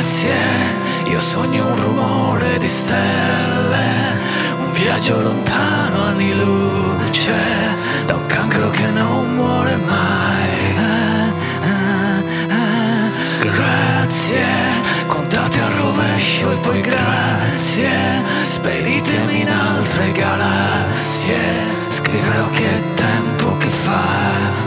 grazie. Io sogno un rumore di stelle, un viaggio lontano anni luce, da un cancro che non muore mai. Grazie, contate al rovescio e poi grazie, speditemi in altre galassie, scriverò che tempo che fa.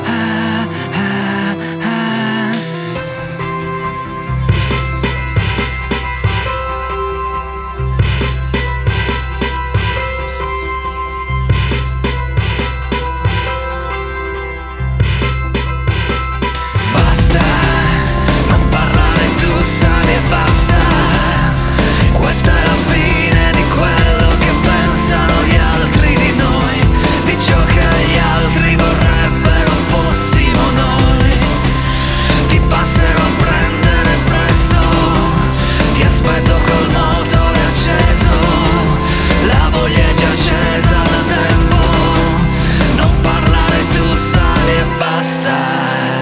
Questa è la fine di quello che pensano gli altri di noi, di ciò che gli altri vorrebbero fossimo noi. Ti passerò a prendere presto, ti aspetto col motore acceso, la voglia è già accesa da tempo. Non parlare, tu sali e basta.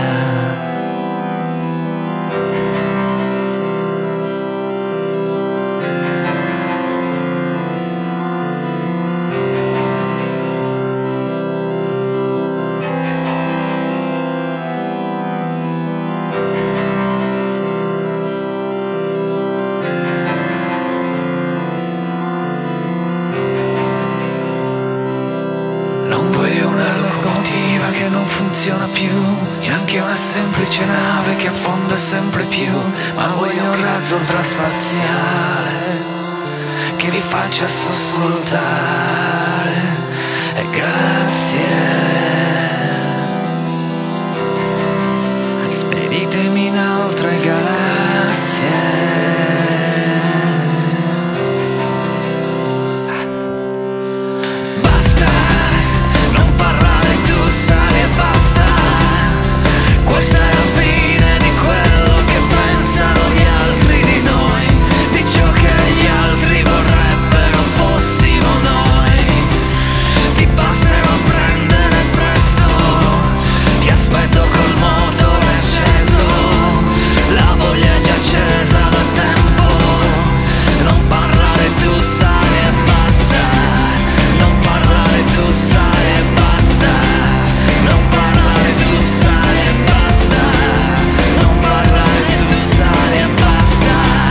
Non voglio una locomotiva che non funziona più, neanche una semplice nave che affonda sempre più, ma voglio un razzo ultraspaziale che vi faccia sussultare. E grazie, speditemi in altre galassie. Sali e basta, questa è la fine di quello che pensano gli altri di noi, di ciò che gli altri vorrebbero fossimo noi. Ti passerò a prendere presto, ti aspetto col motore acceso, la voglia è già accesa da tempo. Non parlare, tu sali e basta, non parlare, tu sali e basta. Non parlare, tu sali e basta. Non parlare, tu sali e basta.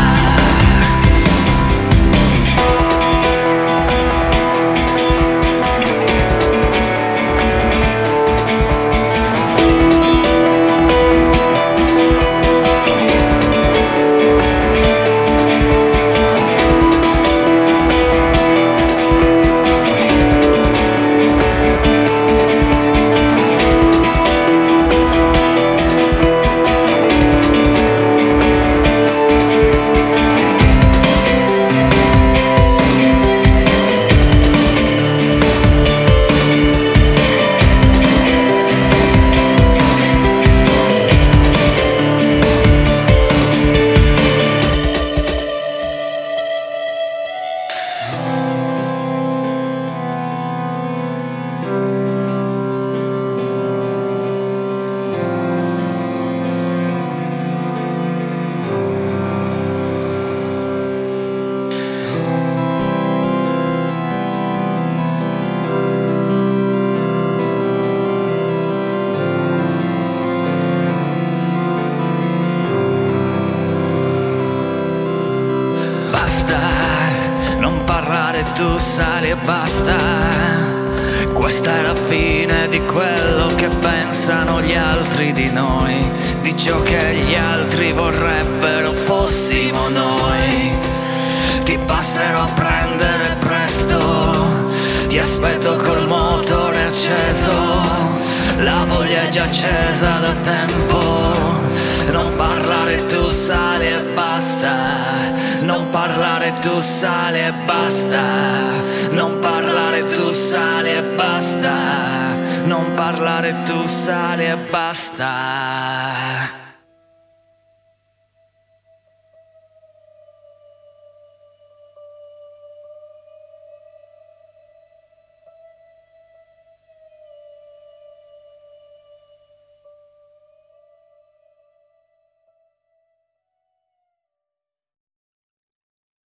Non parlare, tu sali e basta. Questa è la fine di quello che pensano gli altri di noi, di ciò che gli altri vorrebbero fossimo noi. Ti passerò a prendere presto, ti aspetto col motore acceso, la voglia è già accesa da tempo. Non parlare, tu sali e basta. Non parlare, tu sali e basta. Non parlare, tu sali e basta. Non parlare, tu sali e basta.